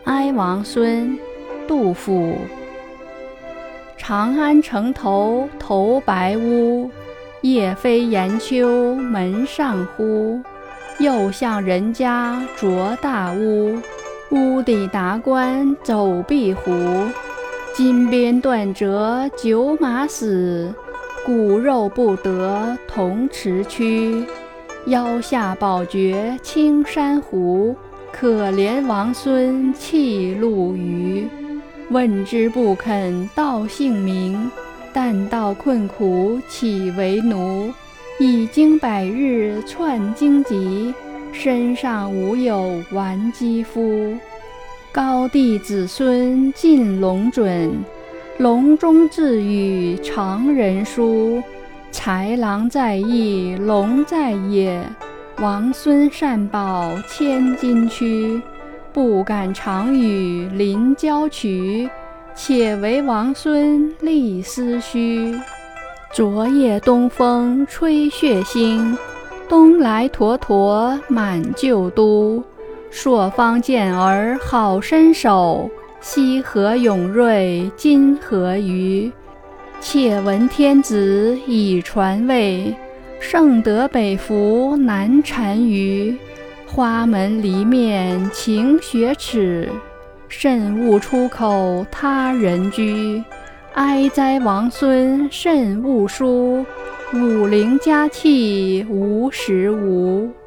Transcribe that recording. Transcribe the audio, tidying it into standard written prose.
哀王孙，杜甫。长安城头头白屋，夜飞檐秋门上呼。又向人家着大屋，屋底达官走壁胡。金鞭断折九马死，骨肉不得同池躯。腰下宝觉青山湖，可怜王孙弃陆虞。问之不肯道姓名，但道困苦岂为奴。已经百日窜荆棘，身上无有完肌肤。高帝子孙尽龙准，笼中自语常人书。豺狼在翼龙在野，王孙善保千金躯。不敢常与临交曲，且为王孙立思绪。昨夜东风吹血腥，东来沱沱满旧都。朔方健儿好身手，西河勇锐今何余。窃闻天子已传位，圣德北服难单于。花门离面晴雪耻，慎勿出口他人居。哀哉王孙慎勿疏，武陵佳气无时无。